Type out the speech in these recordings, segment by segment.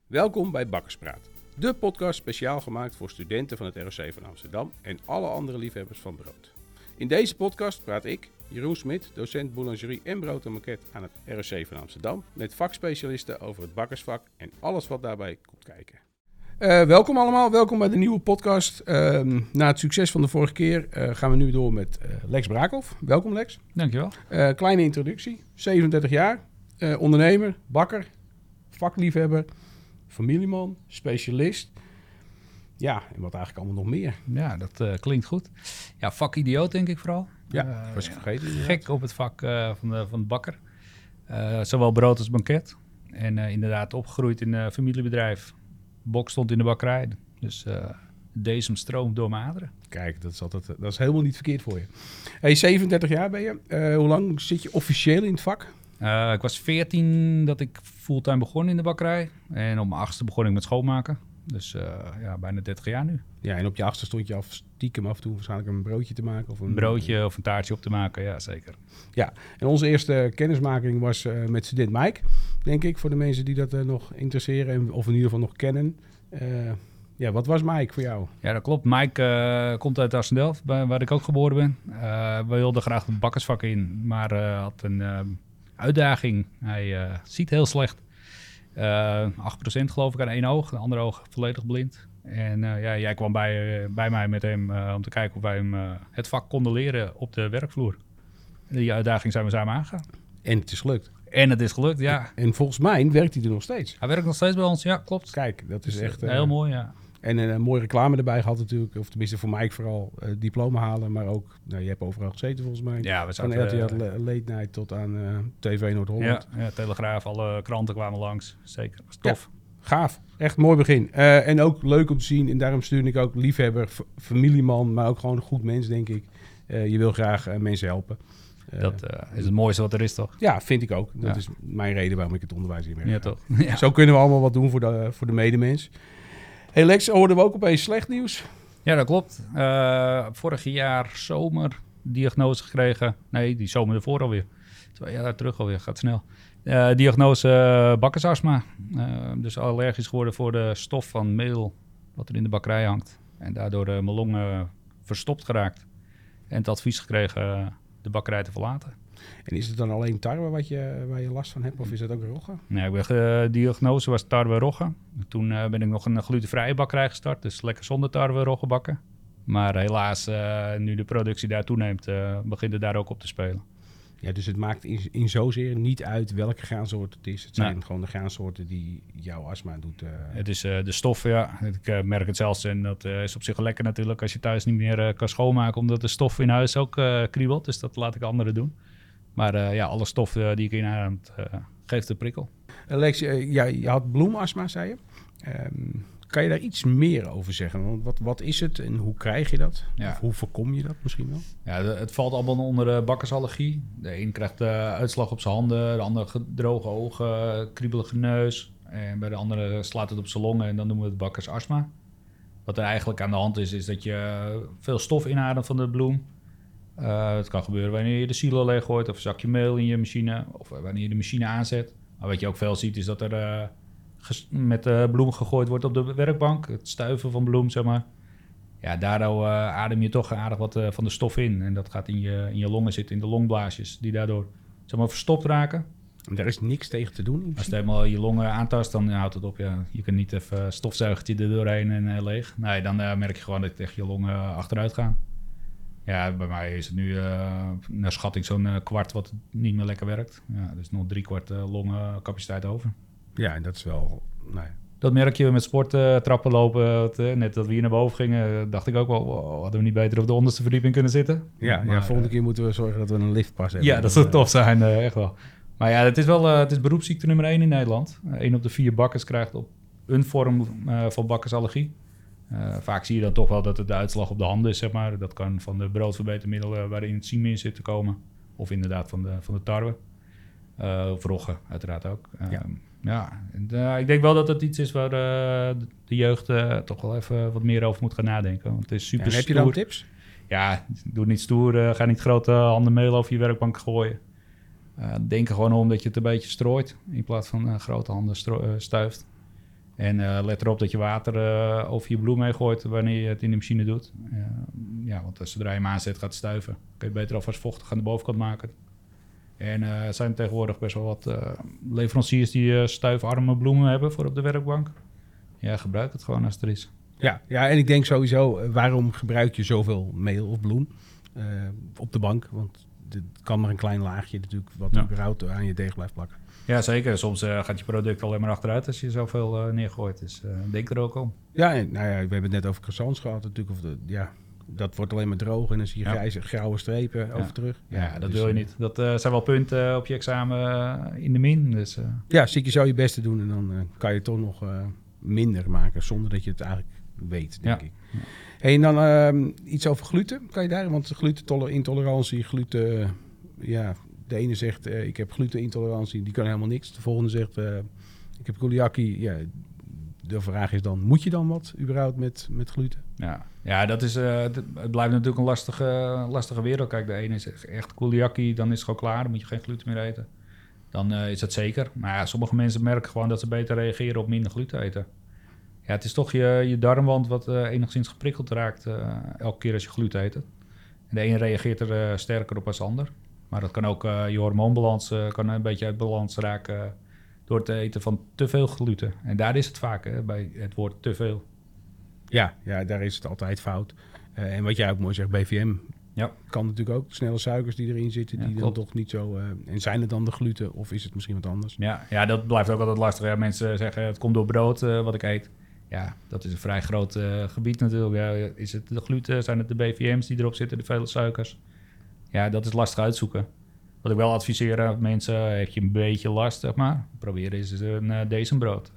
Welkom bij Bakkerspraat, de podcast speciaal gemaakt voor studenten van het ROC van Amsterdam en alle andere liefhebbers van brood. In deze podcast praat ik, Jeroen Smit, docent boulangerie en brood en maquette aan het ROC van Amsterdam, met vakspecialisten over het bakkersvak en alles wat daarbij komt kijken. Welkom allemaal, welkom bij de nieuwe podcast. Na het succes van de vorige keer gaan we nu door met Lex Braakhoff. Welkom Lex. Dankjewel. Kleine introductie, 37 jaar, ondernemer, bakker, vakliefhebber, familieman, specialist. Ja, en wat eigenlijk allemaal nog meer. Ja, dat klinkt goed. Ja, vakidioot denk ik vooral. Ja, was ik vergeten. Inderdaad. Gek op het vak van de bakker. Zowel brood als banket. En inderdaad opgegroeid in een familiebedrijf. Bok stond in de bakkerij. Dus deze stroomt door mijn aderen. Kijk, dat is helemaal niet verkeerd voor je. Hey, 37 jaar ben je. Hoe lang zit je officieel in het vak? Ik was 14 dat ik fulltime begon in de bakkerij. En op mijn 8e begon ik met schoonmaken. Dus bijna 30 jaar nu. Ja, en op je 8e stond je stiekem af en toe waarschijnlijk een broodje te maken. Of een broodje of een taartje op te maken, ja zeker. Ja, en onze eerste kennismaking was met student Mike, denk ik. Voor de mensen die dat nog interesseren of in ieder geval nog kennen. Wat was Mike voor jou? Ja, dat klopt. Mike komt uit Assendelft, waar ik ook geboren ben. We wilden graag het bakkersvak in, maar had een uitdaging. Hij ziet heel slecht. 8% geloof ik aan één oog, de andere oog volledig blind. En jij kwam bij mij met hem om te kijken of wij hem het vak konden leren op de werkvloer. Die uitdaging zijn we samen aangegaan. En het is gelukt. En het is gelukt, ja. En volgens mij werkt hij er nog steeds. Hij werkt nog steeds bij ons, ja, klopt. Kijk, dat is echt... heel mooi, ja. En een mooie reclame erbij gehad natuurlijk. Of tenminste voor mij vooral diploma halen. Maar ook, je hebt overal gezeten volgens mij. Ja, we zaten... Van RTL Late Night tot aan TV Noord-Holland. Ja, Telegraaf, alle kranten kwamen langs. Zeker, dat was tof. Ja, gaaf. Echt mooi begin. En ook leuk om te zien. En daarom stuur ik ook liefhebber, familieman. Maar ook gewoon een goed mens, denk ik. Je wil graag mensen helpen. Dat is het mooiste wat er is, toch? Ja, vind ik ook. Dat is mijn reden waarom ik het onderwijs in ben. Ja, toch? Ja. Zo kunnen we allemaal wat doen voor de medemens. Hey Lex, hoorden we ook opeens slecht nieuws? Ja, dat klopt. Vorig jaar zomer diagnose gekregen. Nee, die zomer ervoor alweer. 2 jaar terug alweer, gaat snel. Diagnose bakkersastma. Dus allergisch geworden voor de stof van meel wat er in de bakkerij hangt. En daardoor mijn longen verstopt geraakt. En het advies gekregen de bakkerij te verlaten. En is het dan alleen tarwe waar je last van hebt of is dat ook rogge? Nee, de diagnose was tarwe-rogge. Toen ben ik nog een glutenvrije bakkerij gestart, dus lekker zonder tarwe-rogge bakken. Maar helaas, nu de productie daar toeneemt, begint het daar ook op te spelen. Ja, dus het maakt in zozeer niet uit welke graansoort het is. Het zijn gewoon de graansoorten die jouw astma doet. Het is de stof, ja. Ik merk het zelfs en dat is op zich wel lekker natuurlijk als je thuis niet meer kan schoonmaken, omdat de stof in huis ook kriebelt. Dus dat laat ik anderen doen. Maar alle stof die ik inadem geeft de prikkel. Lex, je had bloemastma, zei je. Kan je daar iets meer over zeggen? Want wat is het en hoe krijg je dat? Ja. Of hoe voorkom je dat misschien wel? Ja, het valt allemaal onder bakkersallergie. De een krijgt uitslag op zijn handen, de ander droge ogen, kriebelige neus. En bij de andere slaat het op zijn longen en dan noemen we het bakkersastma. Wat er eigenlijk aan de hand is dat je veel stof inademt van de bloem. Het kan gebeuren wanneer je de silo leeg gooit of een zakje meel in je machine of wanneer je de machine aanzet. Maar wat je ook veel ziet is dat er met bloem gegooid wordt op de werkbank. Het stuiven van bloem, zeg maar. Ja, daardoor adem je toch aardig wat van de stof in. En dat gaat in je longen zitten, in de longblaasjes, die daardoor zeg maar verstopt raken. En daar is niks tegen te doen? Als het helemaal je longen aantast, dan houdt het op. Ja. Je kunt niet even stofzuigertje er doorheen en leeg. Nee, dan merk je gewoon dat echt je longen achteruit gaan. Ja, bij mij is het nu naar schatting zo'n kwart wat niet meer lekker werkt. Ja, dus nog 3/4 longencapaciteit over. Ja, en dat is wel... Nou ja. Dat merk je met sport, trappen lopen. Net dat we hier naar boven gingen, dacht ik ook wel... Wow, hadden we niet beter op de onderste verdieping kunnen zitten? Ja, volgende keer moeten we zorgen dat we een liftpas hebben. Ja, dat zou tof zijn, echt wel. Maar ja, het is beroepsziekte nummer 1 in Nederland. 1 op de 4 bakkers krijgt op een vorm van bakkersallergie. Vaak zie je dan toch wel dat het de uitslag op de handen is, zeg maar. Dat kan van de broodverbetermiddelen waarin het siem in zit te komen. Of inderdaad van de tarwe. Of rogge, uiteraard ook. Ik denk wel dat het iets is waar de jeugd toch wel even wat meer over moet gaan nadenken. Want het is super heb je dan tips? Ja, doe niet stoer. Ga niet grote handen meel over je werkbank gooien. Denk er gewoon om dat je het een beetje strooit. In plaats van grote handen stuift. En let erop dat je water over je bloem heen gooit wanneer je het in de machine doet. Want zodra je hem aanzet gaat het stuiven. Kun je beter alvast vochtig aan de bovenkant maken. En er zijn tegenwoordig best wel wat leveranciers die stuifarme bloemen hebben voor op de werkbank. Ja, gebruik het gewoon als het er is. Ja, en ik denk sowieso, waarom gebruik je zoveel meel of bloem op de bank? Want het kan maar een klein laagje natuurlijk wat überhaupt aan je deeg blijft plakken. Ja, zeker. Soms gaat je product alleen maar achteruit als je zoveel neergooit. Dus denk er ook om. Ja, en, we hebben het net over croissants gehad natuurlijk. Dat wordt alleen maar droog en dan zie je grijze, grauwe strepen over terug. Ja, dat wil je niet. Dat zijn wel punten op je examen in de min. Dus, Ja, zie je zo je best te doen en dan kan je toch nog minder maken zonder dat je het eigenlijk weet, denk ik. Ja. Hey, en dan iets over gluten. Kan je daar, want glutenintolerantie, gluten, de ene zegt ik heb glutenintolerantie, die kan helemaal niks. De volgende zegt ik heb celiakie. Ja, de vraag is dan, moet je dan wat überhaupt met gluten? Ja, dat is, het blijft natuurlijk een lastige wereld. Kijk, de ene is echt celiakie, dan is het gewoon klaar. Dan moet je geen gluten meer eten. Dan is dat zeker. Maar ja, sommige mensen merken gewoon dat ze beter reageren op minder gluten eten. Ja, het is toch je darmwand wat enigszins geprikkeld raakt elke keer als je gluten eet. En de een reageert er sterker op als de ander. Maar dat kan ook je hormoonbalans kan een beetje uit balans raken door het eten van te veel gluten. En daar is het vaak bij het woord te veel. Ja, daar is het altijd fout. En wat jij ook mooi zegt, BVM kan natuurlijk ook. Snelle suikers die erin zitten, die dan toch niet zo... en zijn het dan de gluten of is het misschien wat anders? Ja, dat blijft ook altijd lastig. Ja, mensen zeggen het komt door brood wat ik eet. Ja, dat is een vrij groot gebied natuurlijk. Ja, is het de gluten? Zijn het de BVM's die erop zitten, de vele suikers? Ja, dat is lastig uitzoeken. Wat ik wel adviseer aan mensen, heb je een beetje last, zeg maar. Probeer eens een decembrood.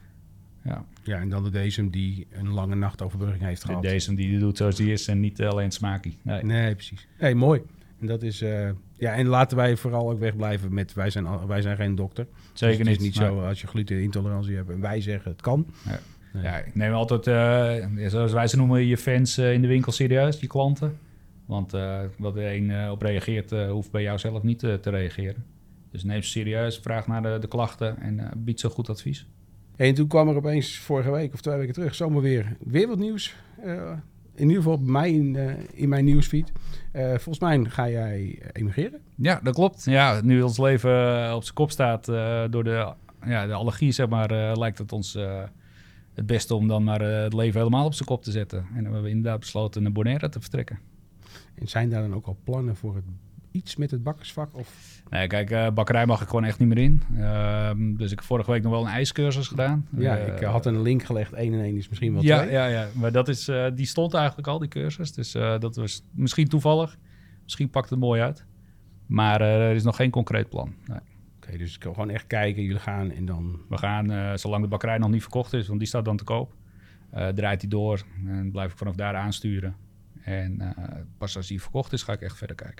Ja, en dan de decem die een lange nachtoverbrugging heeft gehad. De decem die doet zoals die is en niet alleen smaakie. Nee, precies. Nee, mooi. En dat is... en laten wij vooral ook wegblijven met... Wij zijn geen dokter. Zeker dus het niet. is niet zo als je glutenintolerantie hebt en wij zeggen het kan. Ja. Nee. Ja, ik neem altijd, zoals wij ze noemen, je fans in de winkel serieus, je klanten. Want wat er een op reageert, hoeft bij jou zelf niet te reageren. Dus neem ze serieus, vraag naar de klachten en bied zo goed advies. En toen kwam er opeens vorige week of 2 weken terug zomaar weer wat nieuws. In ieder geval bij mij in mijn nieuwsfeed. Volgens mij ga jij emigreren. Ja, dat klopt. Ja, nu ons leven op zijn kop staat door de allergie, zeg maar, lijkt het ons het beste om dan maar het leven helemaal op zijn kop te zetten. En dan hebben we inderdaad besloten naar Bonaire te vertrekken. En zijn daar dan ook al plannen voor iets met het bakkersvak? Of? Nee, kijk, bakkerij mag ik gewoon echt niet meer in. Dus ik heb vorige week nog wel een ijscursus gedaan. Ja, ik had een link gelegd. 1 en 1 is misschien wel 2. Ja, maar dat is, die stond eigenlijk al, die cursus. Dus dat was misschien toevallig. Misschien pakt het mooi uit. Maar er is nog geen concreet plan. Nee. Oké, dus ik kan gewoon echt kijken. Jullie gaan en dan... We gaan, zolang de bakkerij nog niet verkocht is, want die staat dan te koop. Draait die door en blijf ik vanaf daar aansturen. En pas als die verkocht is, ga ik echt verder kijken.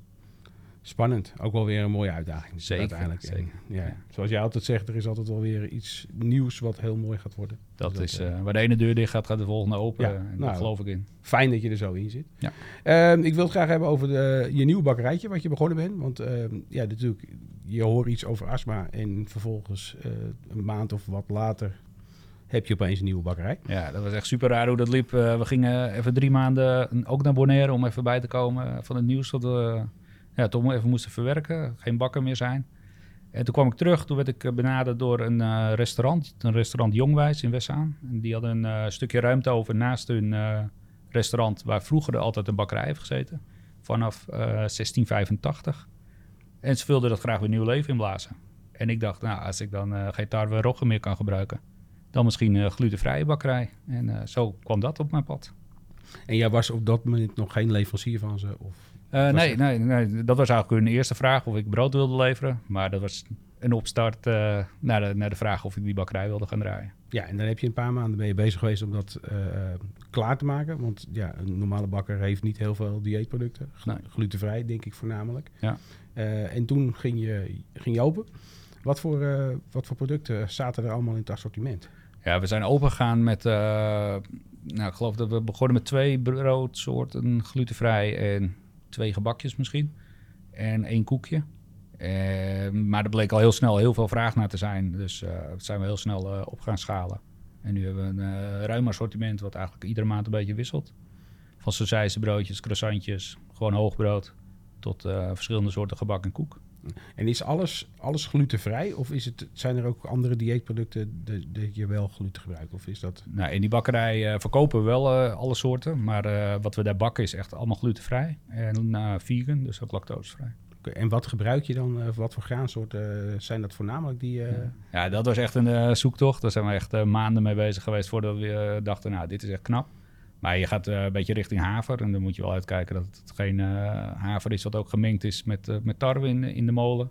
Spannend. Ook wel weer een mooie uitdaging. Zeker, uiteindelijk. zeker. Ja. Zoals jij altijd zegt, er is altijd wel weer iets nieuws wat heel mooi gaat worden. Dat is waar de ene deur dicht gaat, gaat de volgende open. Ja, en daar geloof ik in. Fijn dat je er zo in zit. Ja. Ik wil het graag hebben over je nieuwe bakkerijtje, wat je begonnen bent. Want natuurlijk, je hoort iets over astma en vervolgens een maand of wat later heb je opeens een nieuwe bakkerij. Ja, dat was echt super raar hoe dat liep. We gingen even 3 maanden ook naar Bonaire om even bij te komen van het nieuws dat we toch even moesten verwerken. Geen bakker meer zijn. En toen kwam ik terug. Toen werd ik benaderd door een restaurant Jongwijs in Westzaan. En die hadden een stukje ruimte over naast hun restaurant waar vroeger altijd een bakkerij heeft gezeten. Vanaf 1685. En ze wilden dat graag weer nieuw leven inblazen. En ik dacht, als ik dan geen tarwe en roggen meer kan gebruiken, dan misschien glutenvrije bakkerij. En zo kwam dat op mijn pad. En jij was op dat moment nog geen leverancier van ze? Of nee, dat was eigenlijk hun eerste vraag of ik brood wilde leveren. Maar dat was een opstart naar de vraag of ik die bakkerij wilde gaan draaien. Ja, en dan heb je een paar maanden ben je bezig geweest om dat klaar te maken. Want ja, een normale bakker heeft niet heel veel dieetproducten. Nee. Glutenvrij, denk ik voornamelijk. Ja. En toen ging je open. Wat voor producten zaten er allemaal in het assortiment? Ja, we zijn open gegaan met... ik geloof dat we begonnen met 2 broodsoorten glutenvrij en 2 gebakjes misschien. En 1 koekje. Maar er bleek al heel snel heel veel vraag naar te zijn. Dus zijn we heel snel op gaan schalen. En nu hebben we een ruim assortiment wat eigenlijk iedere maand een beetje wisselt. Van sausijzenbroodjes, croissantjes, gewoon hoogbrood... tot verschillende soorten gebak en koek. En is alles glutenvrij? Of zijn er ook andere dieetproducten dat je wel gluten gebruikt? Of is dat... Nou, in die bakkerij verkopen we wel alle soorten. Maar wat we daar bakken is echt allemaal glutenvrij. En vegan, dus ook lactosevrij. En wat gebruik je dan? Wat voor graansoorten zijn dat voornamelijk? Ja, dat was echt een zoektocht. Daar zijn we echt maanden mee bezig geweest voordat we dachten, nou, dit is echt knap. Maar je gaat een beetje richting haver. En dan moet je wel uitkijken dat het geen haver is wat ook gemengd is met tarwe in de molen.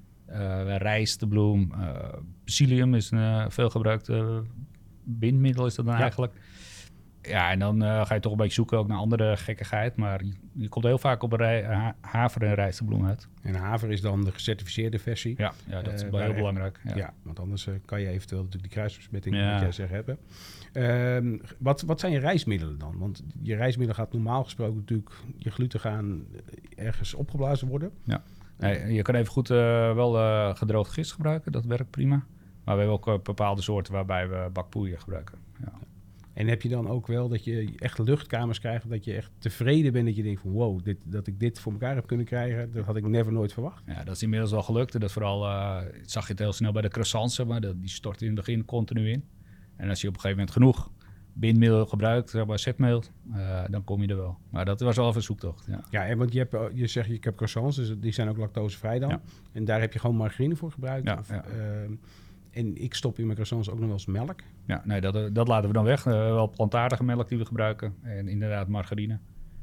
Rijstbloem, psyllium is een veelgebruikte bindmiddel is dat dan eigenlijk. Ja, en dan ga je toch een beetje zoeken ook naar andere gekkigheid. Maar je komt heel vaak op haver en rijstbloem uit. En haver is dan de gecertificeerde versie. Ja dat is wel heel belangrijk. Ja, want anders kan je eventueel natuurlijk die kruisbesmetting, wat jij zegt, hebben. Wat zijn je rijstmiddelen dan? Want je rijstmiddelen gaat normaal gesproken natuurlijk... je gluten gaan ergens opgeblazen worden. Ja. Nee, je kan even goed wel gedroogd gist gebruiken. Dat werkt prima. Maar we hebben ook bepaalde soorten waarbij we bakpoeier gebruiken. Ja. En heb je dan ook wel dat je echt luchtkamers krijgt... dat je echt tevreden bent dat je denkt van... wow, dat ik dit voor elkaar heb kunnen krijgen... dat had ik nooit verwacht. Ja, dat is inmiddels wel gelukt. En dat vooral zag je het heel snel bij de croissants. Maar die storten in het begin continu in. En als je op een gegeven moment genoeg bindmiddel gebruikt... zeg maar zetmeel, dan kom je er wel. Maar dat was wel even een zoektocht. Ja, en want je zegt je hebt croissants... dus die zijn ook lactosevrij dan. Ja. En daar heb je gewoon margarine voor gebruikt? Ja, of, en ik stop in mijn croissants ook nog wel eens melk. Ja, nee, dat laten we dan weg. Wel plantaardige melk die we gebruiken. En inderdaad margarine.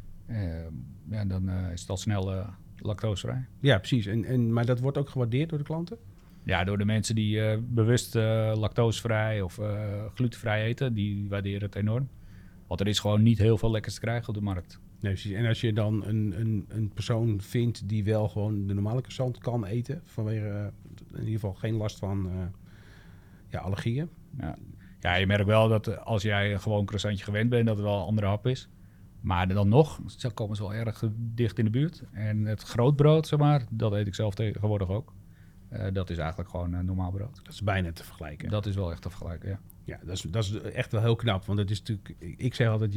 Dan is het al snel lactosevrij. Ja, precies. Maar dat wordt ook gewaardeerd door de klanten? Ja, door de mensen die bewust lactosevrij of glutenvrij eten. Die waarderen het enorm. Want er is gewoon niet heel veel lekkers te krijgen op de markt. Nee, precies. En als je dan een persoon vindt die wel gewoon de normale croissant kan eten... vanwege in ieder geval geen last van... allergieën. Ja, je merkt wel dat als jij gewoon een croissantje gewend bent... dat het wel een andere hap is. Maar dan nog, ze komen ze wel erg dicht in de buurt. En het grootbrood, zeg maar, dat eet ik zelf tegenwoordig ook. Dat is eigenlijk gewoon normaal brood. Dat is bijna te vergelijken. Dat is wel echt te vergelijken, ja. Ja, dat is echt wel heel knap. Want het is natuurlijk... Ik zeg altijd,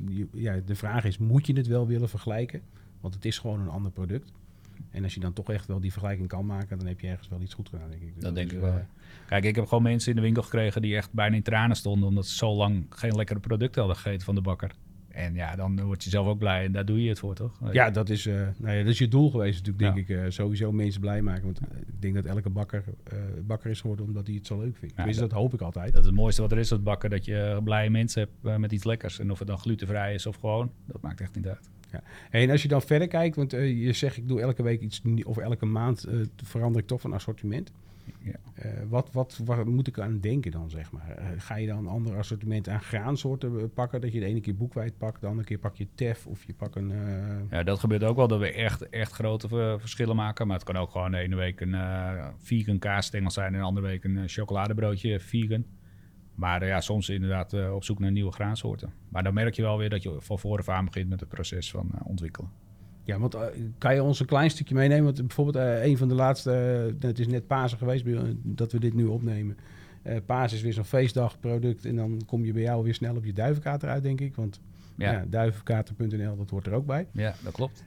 de vraag is, moet je het wel willen vergelijken? Want het is gewoon een ander product. En als je dan toch echt wel die vergelijking kan maken... dan heb je ergens wel iets goed gedaan, denk ik. Dat denk ik wel. Kijk, ik heb gewoon mensen in de winkel gekregen... die echt bijna in tranen stonden... omdat ze zo lang geen lekkere producten hadden gegeten van de bakker. En ja, dan word je zelf ook blij en daar doe je het voor, toch? Ja, dat is je doel geweest natuurlijk, denk ik. Sowieso mensen blij maken. Want ik denk dat elke bakker is geworden omdat hij het zo leuk vindt. Dus dat hoop ik altijd. Dat is het mooiste wat er is, dat bakken. Dat je blije mensen hebt met iets lekkers. En of het dan glutenvrij is of gewoon, dat maakt echt niet uit. Ja. En als je dan verder kijkt, want je zegt ik doe elke week iets of elke maand verander ik toch van assortiment. Ja. Waar moet ik aan denken dan, zeg maar? Ga je dan een ander assortiment aan graansoorten pakken? Dat je de ene keer boekweit pakt, de andere keer pak je tef of je pakt een... Ja, dat gebeurt ook wel, dat we echt grote verschillen maken. Maar het kan ook gewoon de ene week een vegan kaasstengel zijn en de andere week een chocoladebroodje vegan. Maar soms inderdaad op zoek naar nieuwe graansoorten. Maar dan merk je wel weer dat je van vooraf aan begint met het proces van ontwikkelen. Ja, want kan je ons een klein stukje meenemen? Want bijvoorbeeld een van de laatste... het is net Pasen geweest dat we dit nu opnemen. Pasen is weer zo'n feestdagproduct. En dan kom je bij jou weer snel op je duivenkater uit, denk ik. Want duivenkater.nl, dat hoort er ook bij. Ja, dat klopt.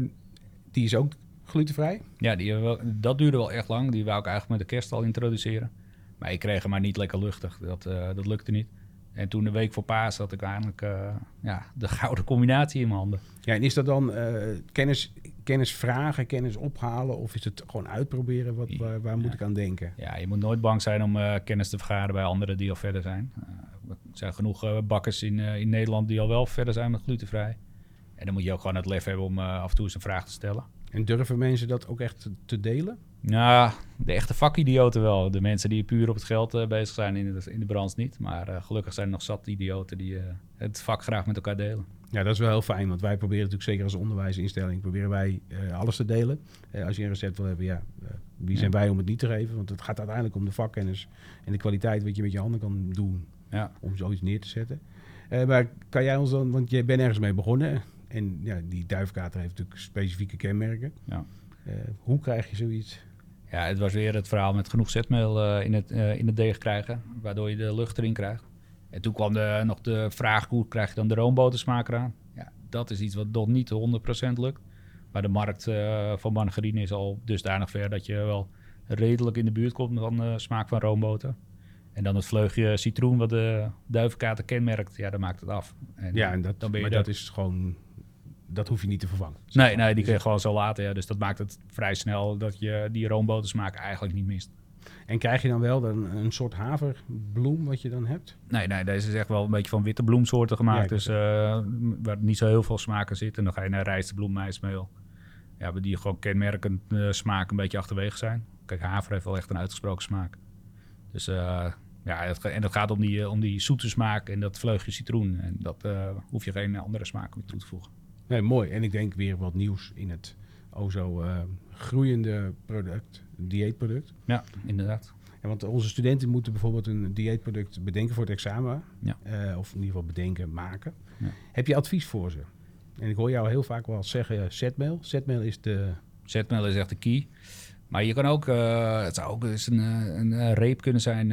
Die is ook glutenvrij? Ja, dat duurde wel echt lang. Die wou ik eigenlijk met de kerst al introduceren. Maar ik kreeg hem maar niet lekker luchtig. Dat lukte niet. En toen de week voor Paas had ik eigenlijk de gouden combinatie in mijn handen. Ja, en is dat dan kennis vragen, kennis ophalen? Of is het gewoon uitproberen? Waar moet ik aan denken? Ja, je moet nooit bang zijn om kennis te vergaren bij anderen die al verder zijn. Er zijn genoeg bakkers in Nederland die al wel verder zijn met glutenvrij. En dan moet je ook gewoon het lef hebben om af en toe eens een vraag te stellen. En durven mensen dat ook echt te delen? Nou, de echte vakidioten wel. De mensen die puur op het geld bezig zijn in de branche niet. Maar gelukkig zijn er nog zat idioten die het vak graag met elkaar delen. Ja, dat is wel heel fijn. Want wij proberen natuurlijk zeker als onderwijsinstelling... proberen wij alles te delen. Als je een recept wil hebben, wie zijn wij om het niet te geven? Want het gaat uiteindelijk om de vakkennis en de kwaliteit... wat je met je handen kan doen om zoiets neer te zetten. Maar kan jij ons dan... Want je bent ergens mee begonnen... En die duifkater heeft natuurlijk specifieke kenmerken. Ja. Hoe krijg je zoiets Ja, het was weer het verhaal met genoeg zetmeel in het deeg krijgen, waardoor je de lucht erin krijgt. En toen kwam nog de vraag, hoe krijg je dan de roombotersmaak eraan? Ja, dat is iets wat nog niet 100% lukt. Maar de markt van margarine is al dusdanig ver dat je wel redelijk in de buurt komt van de smaak van roomboter. En dan het vleugje citroen wat de duivenkater kenmerkt, ja, dat maakt het af. En dan ben je dat is gewoon... Dat hoef je niet te vervangen. Nee, die kun je gewoon zo laten. Ja. Dus dat maakt het vrij snel dat je die roombotersmaak eigenlijk niet mist. En krijg je dan wel een soort haverbloem wat je dan hebt? Nee, deze is echt wel een beetje van witte bloemsoorten gemaakt. Ja, dus waar niet zo heel veel smaken zitten. En dan ga je naar rijstebloem, maïsmeel. Ja, die gewoon kenmerkend smaak een beetje achterwege zijn. Kijk, haver heeft wel echt een uitgesproken smaak. Dus dat gaat om die zoete smaak en dat vleugje citroen. En dat hoef je geen andere smaak meer toe te voegen. Nee, mooi. En ik denk weer wat nieuws in het groeiende dieetproduct. Ja, inderdaad. Ja, want onze studenten moeten bijvoorbeeld een dieetproduct bedenken voor het examen. Ja. Of in ieder geval bedenken, maken. Ja. Heb je advies voor ze? En ik hoor jou heel vaak wel zeggen zetmeel. Zetmeel is echt de key. Maar je kan ook, het zou ook eens een reep kunnen zijn,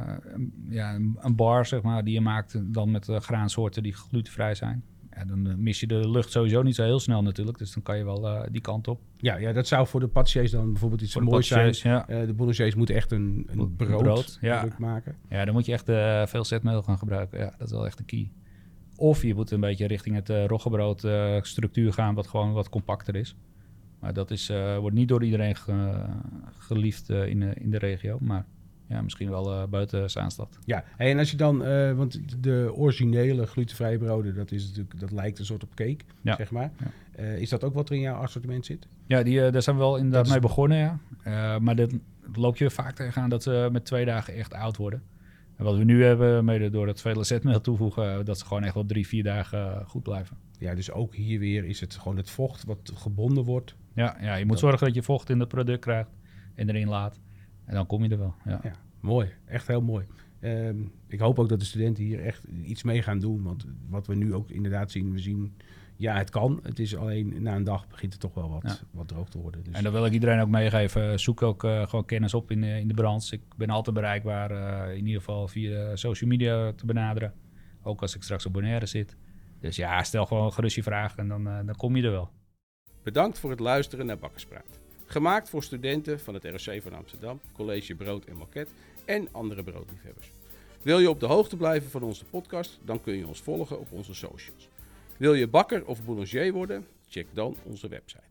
een bar zeg maar, die je maakt dan met graansoorten die glutenvrij zijn. Ja, dan mis je de lucht sowieso niet zo heel snel natuurlijk, dus dan kan je wel die kant op. Ja, dat zou voor de patissiers dan bijvoorbeeld iets moois zijn. Ja. De boulangers moeten echt een brood maken. Ja, dan moet je echt veel zetmeel gaan gebruiken. Ja, dat is wel echt de key. Of je moet een beetje richting het roggebrood structuur gaan, wat gewoon wat compacter is. Maar dat wordt niet door iedereen geliefd in de regio. Maar ja, misschien wel buiten Zaanstad. Ja, en als je dan... want de originele glutenvrije broden, dat lijkt een soort op cake, zeg maar. Ja. Is dat ook wat er in jouw assortiment zit? Ja, daar zijn we wel inderdaad mee begonnen, ja. Maar dan loop je vaak tegenaan dat ze met 2 dagen echt oud worden. En wat we nu hebben, mede door het vele zetmeel toevoegen, dat ze gewoon echt wel 3-4 dagen goed blijven. Ja, dus ook hier weer is het gewoon het vocht wat gebonden wordt. Ja, je moet zorgen dat je vocht in het product krijgt en erin laat. En dan kom je er wel. Ja, mooi. Echt heel mooi. Ik hoop ook dat de studenten hier echt iets mee gaan doen. Want wat we nu ook inderdaad zien, we zien... Ja, het kan. Het is alleen na een dag begint het toch wel wat droog te worden. Dus. En dan wil ik iedereen ook meegeven. Zoek ook gewoon kennis op in de branche. Ik ben altijd bereikbaar, in ieder geval via social media te benaderen. Ook als ik straks op Bonaire zit. Dus ja, stel gewoon gerust je vraag en dan kom je er wel. Bedankt voor het luisteren naar Bakkerspraat. Gemaakt voor studenten van het ROC van Amsterdam, College Brood en Moket en andere broodliefhebbers. Wil je op de hoogte blijven van onze podcast, dan kun je ons volgen op onze socials. Wil je bakker of boulanger worden? Check dan onze website.